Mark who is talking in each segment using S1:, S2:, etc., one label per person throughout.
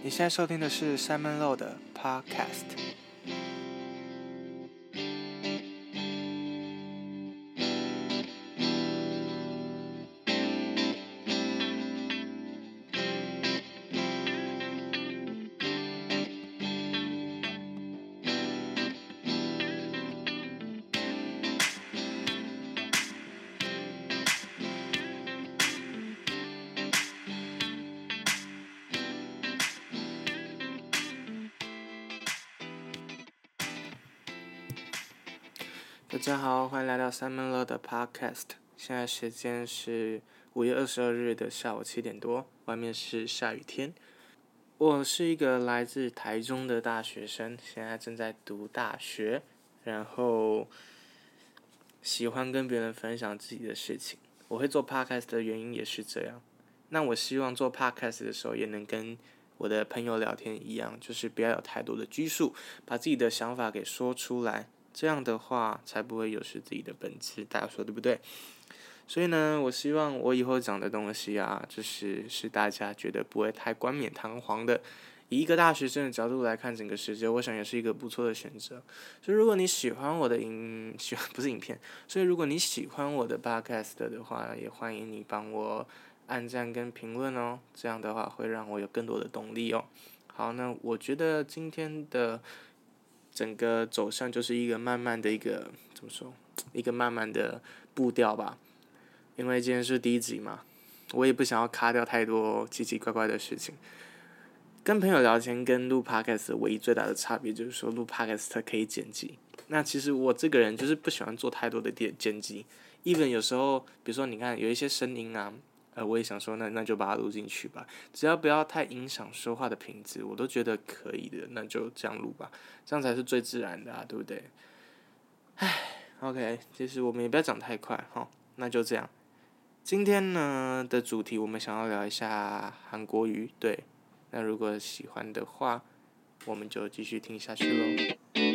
S1: 你现在收听的是 Simon Low 的 Podcast。大家好，欢迎来到 Simon Low 的 Podcast。现在时间是5月22日的下午7点多，外面是下雨天。我是一个来自台中的大学生，现在正在读大学，然后喜欢跟别人分享自己的事情。我会做 Podcast 的原因也是这样。那我希望做 Podcast 的时候也能跟我的朋友聊天一样，就是不要有太多的拘束，把自己的想法给说出来。这样的话才不会有失自己的本质，大家说对不对？所以呢，我希望我以后讲的东西啊，是大家觉得不会太冠冕堂皇的，以一个大学生的角度来看整个世界，我想也是一个不错的选择。所以如果你喜欢我的不是影片，所以如果你喜欢我的 podcast 的话，也欢迎你帮我按赞跟评论哦，这样的话会让我有更多的动力哦。好，那我觉得今天的整个走向就是一个慢慢的一个慢慢的步调吧。因为今天是第一集嘛，我也不想要卡掉太多奇奇怪怪的事情。跟朋友聊天跟录 podcast 唯一最大的差别就是说，录 podcast 可以剪辑。那其实我这个人就是不喜欢做太多的剪辑，even 有时候，比如说你看有一些声音啊，我也想说那就把它录进去吧，只要不要太影响说话的品质，我都觉得可以的，那就这样录吧，这样才是最自然的啊，对不对？OK， 其实我们也不要讲太快哈，那就这样。今天呢的主题，我们想要聊一下韩国语，对。那如果喜欢的话，我们就继续听下去喽。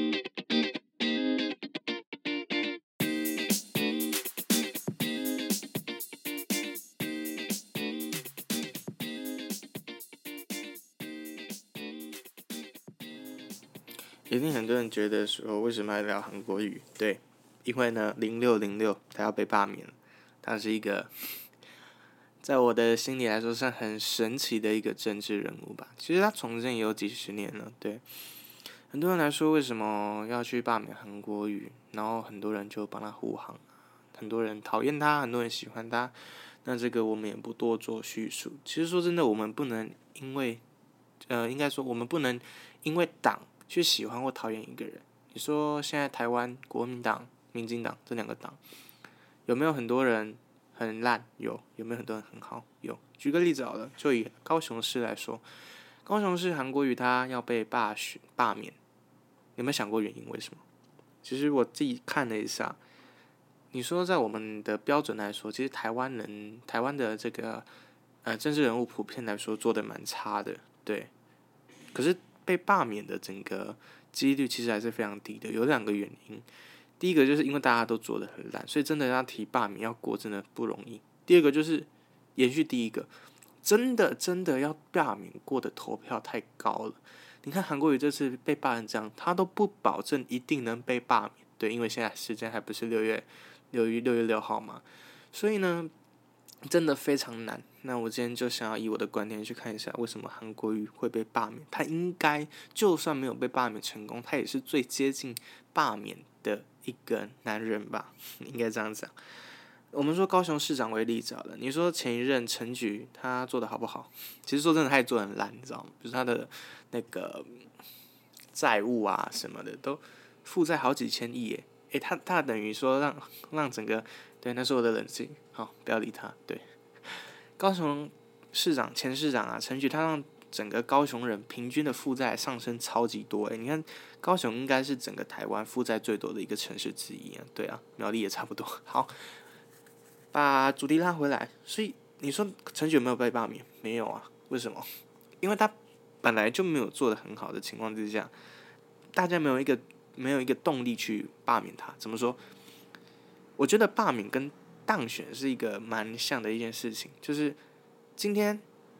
S1: 一定很多人觉得说，为什么要聊韩国语？对，因为呢，0606他要被罢免了，他是一个在我的心里来说是很神奇的一个政治人物吧。其实他从政也有几十年了，对。很多人来说，为什么要去罢免韩国瑜？然后很多人就帮他护航，很多人讨厌他，很多人喜欢他。那这个我们也不多做叙述。其实说真的，我们不能因为，应该说我们不能因为党去喜欢或讨厌一个人。你说现在台湾国民党、民进党这两个党，有没有很多人很烂？有没有很多人很好？有。举个例子好了，就以高雄市来说，高雄市韩国瑜他要被罢免。有没有想过原因？为什么？其实我自己看了一下，你说在我们的标准来说，其实台湾的这个政治人物普遍来说做的蛮差的，对。可是被罢免的整个几率其实还是非常低的，有两个原因。第一个就是因为大家都做的很烂，所以真的要提罢免要过真的不容易。第二个就是延续第一个，真的要罢免过的投票太高了。你看韩国瑜这次被罢成这样，他都不保证一定能被罢免，对，因为现在时间还不是6月6号嘛，所以呢，真的非常难。那我今天就想要以我的观点去看一下，为什么韩国瑜会被罢免？他应该就算没有被罢免成功，他也是最接近罢免的一个男人吧，应该这样讲。我们说高雄市长为例子好了，你说前一任陈菊他做的好不好？其实说真的，他也做得很烂，你知道吗？就是他的那个债务啊什么的，都负债好几千亿耶。他等于说让整个，对，那是我的冷静，好，不要理他。对，高雄前市长啊，陈菊他让整个高雄人平均的负债上升超级多你看高雄应该是整个台湾负债最多的一个城市之一啊，对啊，苗栗也差不多。好，把主题拉回来，所以你说陈菊有没有被罢免？没有啊，为什么？因为他本来就没有做得很好的情况之下，大家没有一个动力去罢免他。怎么说？我觉得罢免跟当选是一个蛮像的一件事情，就是今天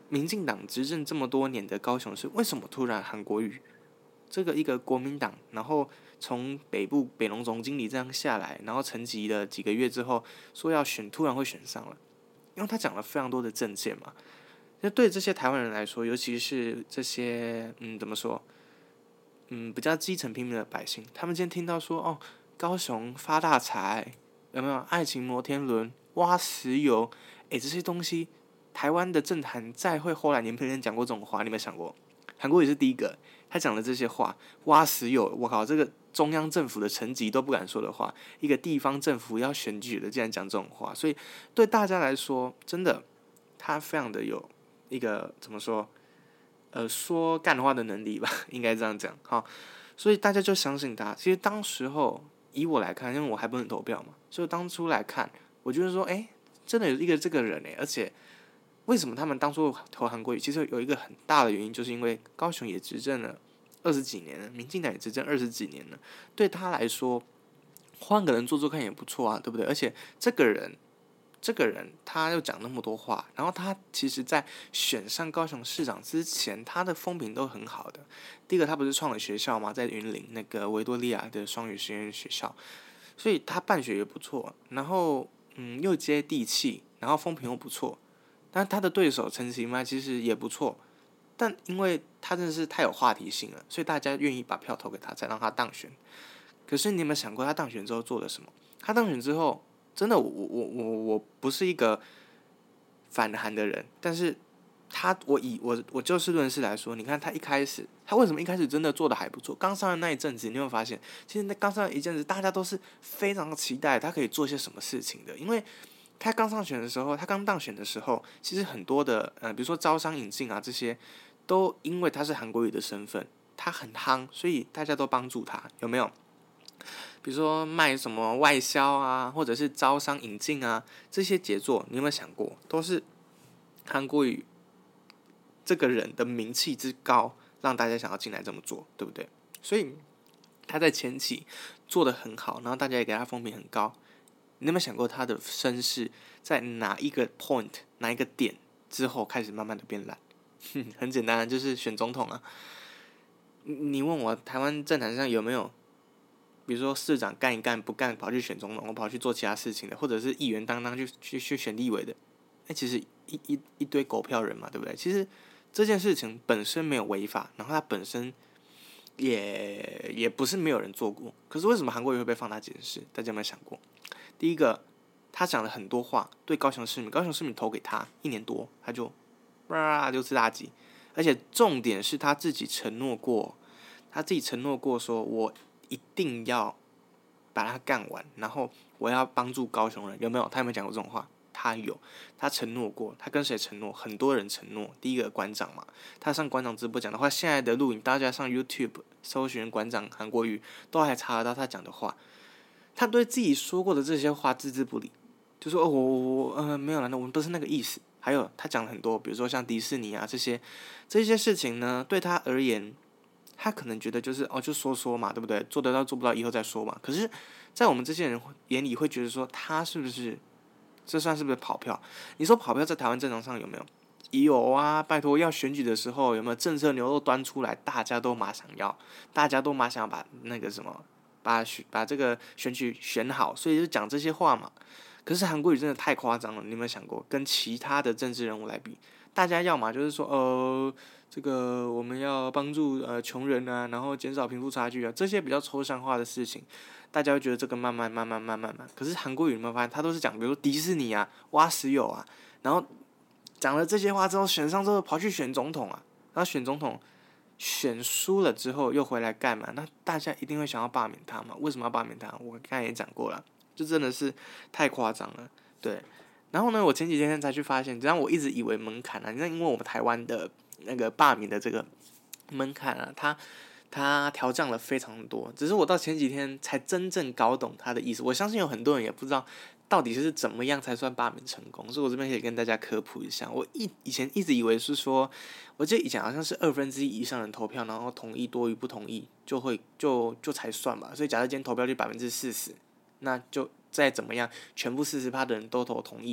S1: 民进党执政这么多年的高雄市，为什么突然韩国瑜这个一个国民党，然后从北部北农总经理这样下来，然后沉寂了几个月之后，说要选，突然会选上了？因为他讲了非常多的政见嘛。那对这些台湾人来说，尤其是这些怎么说，比较基层平民的百姓，他们今天听到说哦，高雄发大财，有没有爱情摩天轮、挖石油，这些东西，台湾的政坛再会后来，你们没人讲过这种话？你有没有想过？韩国也是第一个，他讲的这些话，挖石油，我靠，这个中央政府的层级都不敢说的话，一个地方政府要选举的，竟然讲这种话，所以对大家来说，真的，他非常的有一个怎么说，说干话的能力吧，应该这样讲，好，所以大家就相信他。其实当时候以我来看，因为我还不能投票嘛，所以当初来看，我觉得说，真的有一个这个人而且。为什么他们当初投韩国瑜？其实有一个很大的原因，就是因为高雄也执政了20几年了，民进党也执政20几年了，对他来说，换个人做做看也不错啊，对不对？而且这个人他又讲那么多话，然后他其实在选上高雄市长之前，他的风评都很好的。第一个，他不是创了学校吗？在云林那个维多利亚的双语实验学校，所以他办学也不错，然后又接地气，然后风评又不错。但他的对手陈其迈其实也不错，但因为他真的是太有话题性了，所以大家愿意把票投给他，才让他当选。可是你有没有想过，他当选之后做了什么？他当选之后，真的，我不是一个反韩的人，但是我就事论事来说，你看他为什么一开始真的做的还不错？刚上任那一阵子，你有没有发现，其实那刚上任一阵子，大家都是非常期待他可以做些什么事情的，因为。他刚当选的时候，其实很多的比如说招商引进啊这些，都因为他是韩国瑜的身份，他很夯，所以大家都帮助他，有没有？比如说卖什么外销啊，或者是招商引进啊，这些杰作，你有没有想过，都是韩国瑜这个人的名气之高，让大家想要进来这么做，对不对？所以他在前期做得很好，然后大家也给他风评很高。你有没有想过他的身世在哪一个 point 哪一个点之后开始慢慢的变烂？很简单，就是选总统啊。你问我台湾政坛上有没有，比如说市长干一干不干跑去选总统，或跑去做其他事情的，或者是议员当去选立委的，其实一堆狗票人嘛，对不对？其实这件事情本身没有违法，然后它本身也不是没有人做过，可是为什么韩国瑜会被放大检视？大家有没有想过？第一个，他讲了很多话，对高雄市民投给他1年多，他就吃大鸡，而且重点是他自己承诺过说，我一定要把它干完，然后我要帮助高雄人，有没有？他有没有讲过这种话？他有，他承诺过，他跟谁承诺？很多人承诺。第一个馆长嘛，他上馆长直播讲的话，现在的录影，大家上 YouTube 搜寻馆长韩国瑜，都还查得到他讲的话。他对自己说过的这些话置之不理，就说我没有了，我们不是那个意思。还有他讲了很多，比如说像迪士尼啊这些事情呢，对他而言，他可能觉得就是就说嘛，对不对？做得到做不到以后再说嘛。可是，在我们这些人眼里，会觉得说他是不是这算是不是跑票？你说跑票在台湾政坛上有没有？有啊，拜托，要选举的时候有没有政策牛肉端出来？大家都马上要，大家都马上要把那个什么。把这个选举选好，所以就讲这些话嘛。可是韩国瑜真的太夸张了，你有没有想过，跟其他的政治人物来比，大家要嘛就是说，这个我们要帮助穷人啊，然后减少贫富差距啊，这些比较抽象化的事情，大家会觉得这个慢慢。可是韩国瑜有没有发现，他都是讲，比如说迪士尼啊、挖石油啊，然后讲了这些话之后，选上之后跑去选总统啊，然后选总统。选输了之后又回来干嘛？那大家一定会想要罢免他嘛？为什么要罢免他？我刚才也讲过了，就真的是太夸张了，对。然后呢，我前几天才去发现，然后我一直以为门槛啊，因为我们台湾的那个罢免的这个门槛啊，它调降了非常多，只是我到前几天才真正搞懂它的意思。我相信有很多人也不知道到底是怎么样才算罢免成功，所以我这边可以跟大家科普一下。我以前一直以为是说，我记得以前好像是1/2以上人投票，然后同意多于不同意就才算吧。所以假设今天投票率40%，那就再怎么样，全部40%的人都投同意，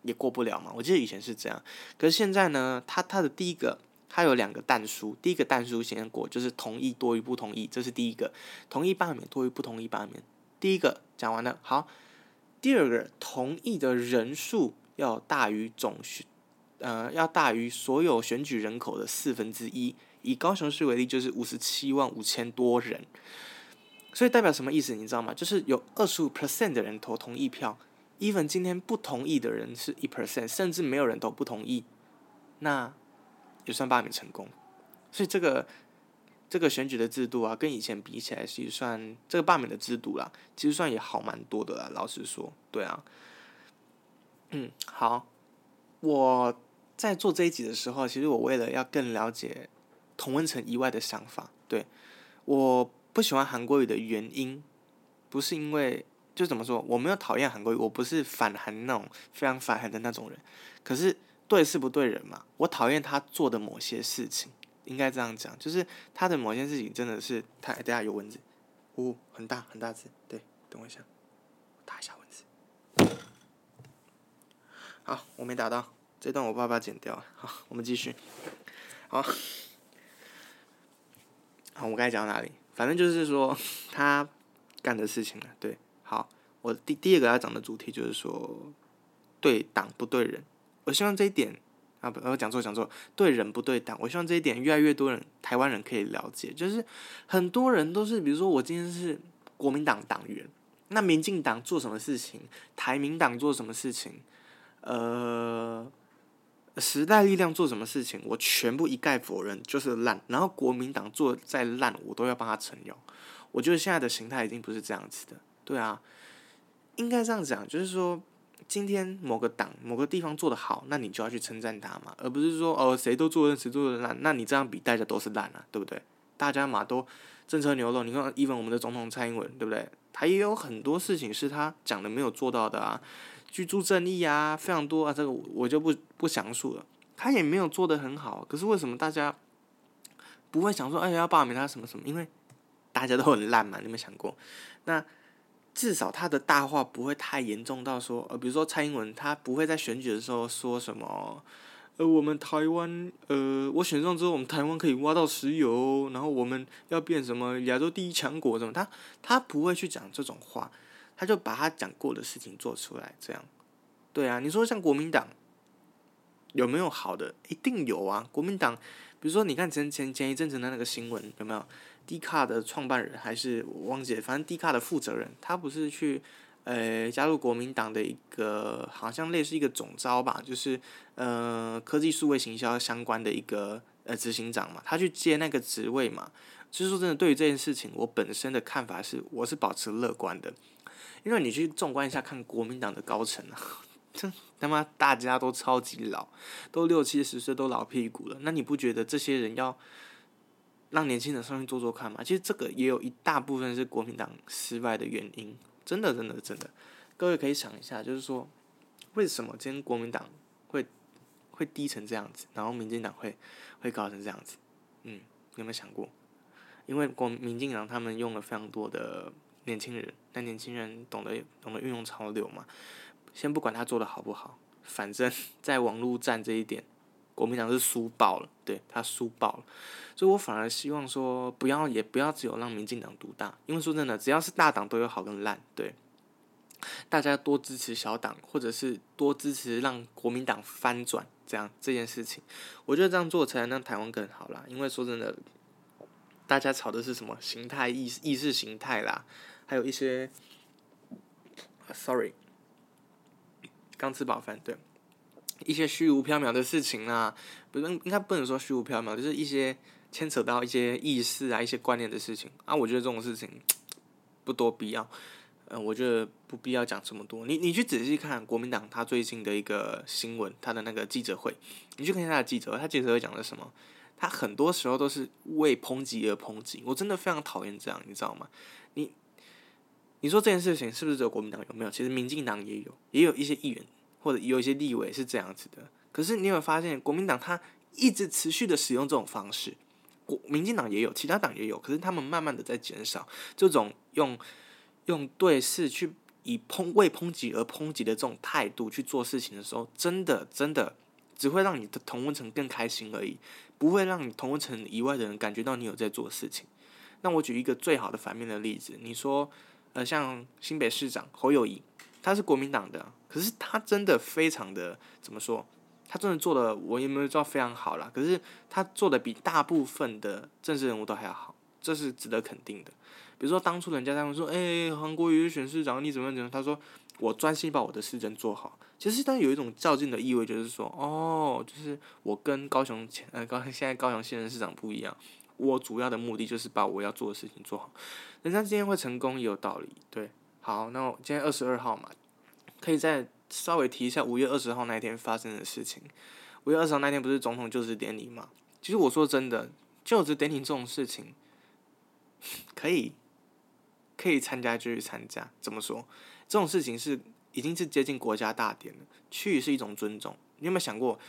S1: 也过不了嘛。我记得以前是这样，可是现在呢，他的第一个，他有2个但书，第一个但书先过，就是同意多于不同意，这是第一个，同意罢免多于不同意罢免，第一个讲完了，好，第二个同意的人数要大于要大于所有选举人口的1/4，以高雄市为例，就是57.5万多人。所以代表什么意思？你知道吗？就是有25% 的人投同意票 ，even 今天不同意的人是1%，甚至没有人投不同意，那也算罢免成功。所以这个选举的制度啊，跟以前比起来，其实算这个罢免的制度啦，其实算也好蛮多的啦。老实说，对啊，好，我在做这一集的时候，其实我为了要更了解同温层以外的想法，对，我不喜欢韩国语的原因，不是因为就怎么说，我没有讨厌韩国语，我不是反韩那种非常反韩的那种人，可是对事不对人嘛，我讨厌他做的某些事情，应该这样讲，就是他的某些事情真的是太，等下有蚊子，很大很大只，对，等我一下，打一下蚊子。好，我没打到，这段我爸爸剪掉。好，我们继续。好，我刚才讲到哪里？反正就是说他干的事情了。对，好，我第二个要讲的主题就是说对党不对人。我希望这一点我讲错，对人不对党。我希望这一点越来越多人，台湾人可以了解。就是很多人都是，比如说我今天是国民党党员，那民进党做什么事情，台民党做什么事情，时代力量做什么事情，我全部一概否认，就是烂。然后国民党做再烂，我都要帮他撑腰。我觉得现在的形态已经不是这样子的，对啊，应该这样讲，就是说，今天某个党某个地方做得好，那你就要去称赞他嘛，而不是说谁都做的烂，那你这样比大家都是烂啊，对不对？大家嘛都政策牛肉，你看，even 我们的总统蔡英文，对不对？他也有很多事情是他讲的没有做到的啊。居住正义啊，非常多啊，这个我就不详述了。他也没有做得很好，可是为什么大家不会想说，要罢免他什么什么？因为大家都很烂嘛，你有没有想过？那至少他的大话不会太严重到说，比如说蔡英文，他不会在选举的时候说什么，我们台湾，我选上之后，我们台湾可以挖到石油，然后我们要变什么亚洲第一强国什么，他不会去讲这种话。他就把他讲过的事情做出来，这样，对啊，你说像国民党有没有好的？一定有啊。国民党，比如说你看前一阵子的那个新闻，有没有？D 卡的创办人还是我忘记了，反正 D 卡的负责人，他不是去加入国民党的一个好像类似一个总召吧，就是科技数位行销相关的一个执行长嘛，他去接那个职位嘛。其实说真的，对于这件事情，我本身的看法是，我是保持乐观的。因为你去纵观一下看国民党的高层啊，他妈大家都超级老，都60-70岁，都老屁股了。那你不觉得这些人要让年轻人上去做做看吗？其实这个也有一大部分是国民党失败的原因，真的。各位可以想一下，就是说为什么今天国民党会低成这样子，然后民进党会高成这样子？有没有想过？因为民进党他们用了非常多的年轻人，那年轻人懂得运用潮流嘛。先不管他做的好不好，反正在网络战这一点，国民党是输爆了，对，他输爆了。所以我反而希望说，也不要只有让民进党独大，因为说真的，只要是大党都有好跟烂，对。大家多支持小党，或者是多支持让国民党翻转，这件事情，我觉得这样做才能让台湾更好啦。因为说真的，大家吵的是什么形态意识形态啦，还有一些，sorry， 刚吃饱饭，对，一些虚无缥缈的事情啦，应该不能说虚无缥缈，就是一些牵扯到一些意识啊、一些观念的事情啊。我觉得这种事情不多必要，我觉得不必要讲这么多。你去仔细看国民党他最近的一个新闻，他的那个记者会，你去看一下他的记者会，他记者会讲的什么？他很多时候都是为抨击而抨击，我真的非常讨厌这样，你知道吗？你说这件事情是不是只有国民党有没有？其实民进党也有一些议员或者有一些立委是这样子的。可是你有没有发现，国民党他一直持续的使用这种方式，民进党也有，其他党也有，可是他们慢慢的在减少这种用对事去为抨击而抨击的这种态度去做事情的时候，真的只会让你的同温层更开心而已，不会让你同温层以外的人感觉到你有在做事情。那我举一个最好的反面的例子，你说，像新北市长侯友宜，他是国民党的，可是他真的非常的怎么说？他真的做的，我也没有做到非常好啦，可是他做的比大部分的政治人物都还要好，这是值得肯定的。比如说当初人家他们说，韩国瑜选市长，你怎么样？他说我专心把我的市政做好。其实他有一种较劲的意味，就是说，就是我跟现在高雄现任市长不一样，我主要的目的就是把我要做的事情做好。人家今天会成功也有道理，对。好，那我今天22号嘛，可以再稍微提一下5月20号那一天发生的事情。5月20号那天不是总统就职典礼嘛？其实我说真的，就职典礼这种事情，可以参加就去参加。怎么说？这种事情已经是接近国家大典了，去是一种尊重。你有没有想过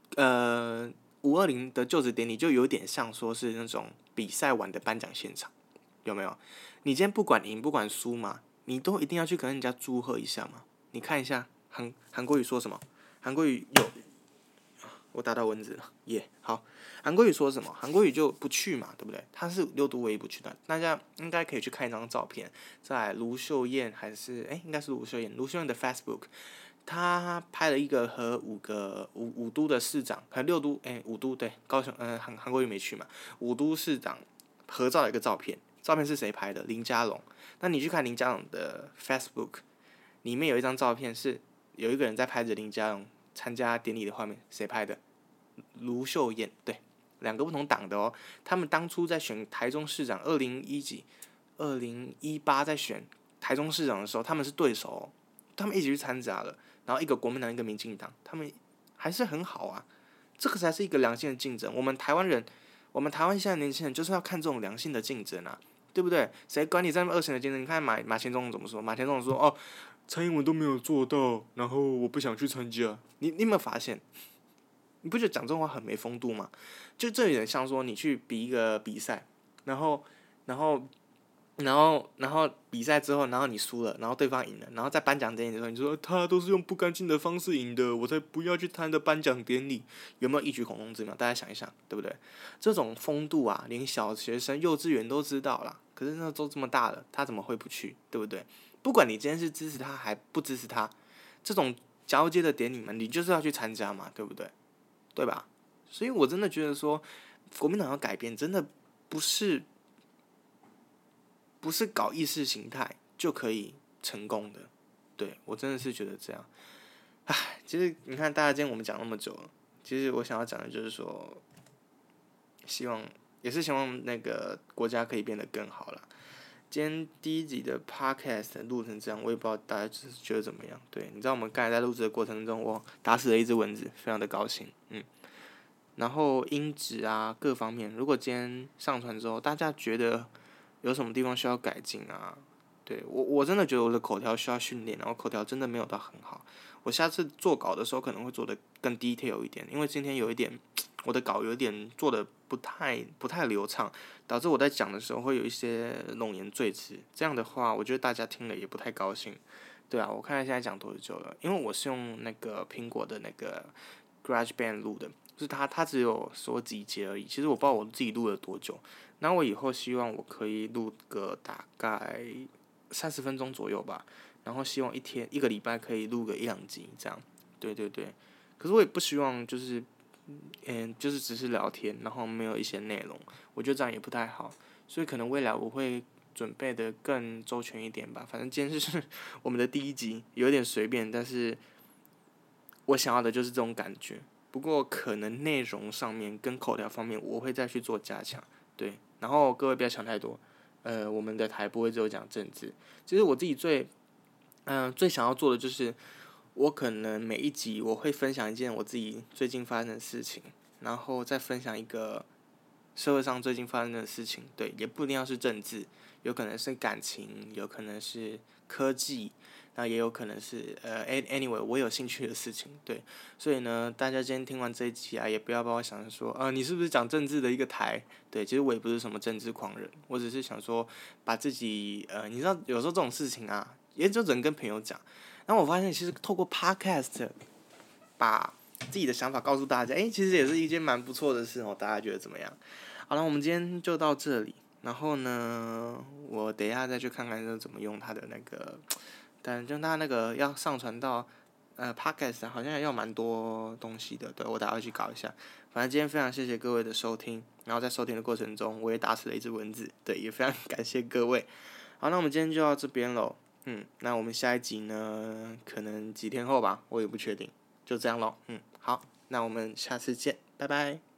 S1: 520的就职典礼就有点像说是那种比赛完的颁奖现场，有没有？你今天不管赢不管输嘛，你都一定要去跟人家祝贺一下嘛。你看一下韩国瑜说什么？韩国瑜我打到蚊子了，好，韩国瑜说什么？韩国瑜就不去嘛，对不对？他是6都唯一不去的，大家应该可以去看一张照片，在卢秀燕应该是卢秀燕的 Facebook， 他拍了一个和五都的市长和6都5都对高雄韩国瑜没去嘛，5都市长合照的一个照片，照片是谁拍的？林佳龙。那你去看林佳龙的 Facebook， 里面有一张照片是有一个人在拍着林佳龙参加典礼的画面，谁拍的？卢秀燕，对，两个不同党的哦。他们当初在选台中市长，2018在选台中市长的时候，他们是对手哦，他们一起去参加了。然后一个国民党，一个民进党，他们还是很好啊。这个才是一个良性的竞争。我们台湾现在年轻人就是要看这种良性的竞争啊，对不对？谁管你在那恶性的竞争？你看马前总统怎么说？马前总统说：“哦，蔡英文都没有做到，然后我不想去参加。”你有没有发现？你不觉得讲这种话很没风度吗？就这有点像说你去比一个比赛，然后比赛之后，然后你输了，然后对方赢了，然后在颁奖典礼的时候，你说他都是用不干净的方式赢的，我才不要去他的颁奖典礼，有没有异曲同工之妙？大家想一想，对不对？这种风度啊，连小学生、幼稚园都知道啦。可是那都这么大了，他怎么会不去？对不对？不管你今天是支持他还不支持他，这种交接的典礼嘛，你就是要去参加嘛，对不对？对吧？所以我真的觉得说，国民党要改变，真的不是搞意识形态就可以成功的。对，我真的是觉得这样。其实你看，大家今天我们讲那么久了，其实我想要讲的就是说，希望那个国家可以变得更好了。今天第一集的 podcast 录成这样，我也不知道大家觉得怎么样。对，你知道我们刚才在录制的过程中，我打死了一只蚊子，非常的高兴。然后音质啊各方面，如果今天上传之后，大家觉得有什么地方需要改进啊？对，我真的觉得我的口条需要训练，然后口条真的没有到很好。我下次做稿的时候可能会做的更 detail 一点，因为今天有一点我的稿有点做的不太流畅，导致我在讲的时候会有一些冗言赘词。这样的话，我觉得大家听了也不太高兴。对啊，我看看现在讲多久了，因为我是用那个苹果的那个 GarageBand 录的。就是它只有说几节而已，其实我不知道我自己录了多久。那我以后希望我可以录个大概30分钟左右吧，然后希望一个礼拜可以录个1-2集这样。对。可是我也不希望就是就是只是聊天，然后没有一些内容，我觉得这样也不太好。所以可能未来我会准备的更周全一点吧。反正今天是我们的第一集，有点随便，但是我想要的就是这种感觉。不过可能内容上面跟口条方面我会再去做加强，对。然后各位不要想太多，我们的台不会只有讲政治。其实我自己最想要做的就是，我可能每一集我会分享一件我自己最近发生的事情，然后再分享一个社会上最近发生的事情，对，也不一定要是政治，有可能是感情，有可能是科技。那也有可能是anyway 我有兴趣的事情，对，所以呢，大家今天听完这一集啊，也不要把我想说你是不是讲政治的一个台？对，其实我也不是什么政治狂人，我只是想说把自己你知道有时候这种事情啊， 也就只能跟朋友讲。然后我发现其实透过 podcast 把自己的想法告诉大家，其实也是一件蛮不错的事哦。大家觉得怎么样？好了，我们今天就到这里。然后呢，我等一下再去看看怎么用它的那个，但就它那个要上传到podcast 好像要蛮多东西的，对我等下会去搞一下。反正今天非常谢谢各位的收听，然后在收听的过程中，我也打死了一只蚊子，对，也非常感谢各位。好，那我们今天就到这边喽。那我们下一集呢，可能几天后吧，我也不确定，就这样咯。好，那我们下次见，拜拜。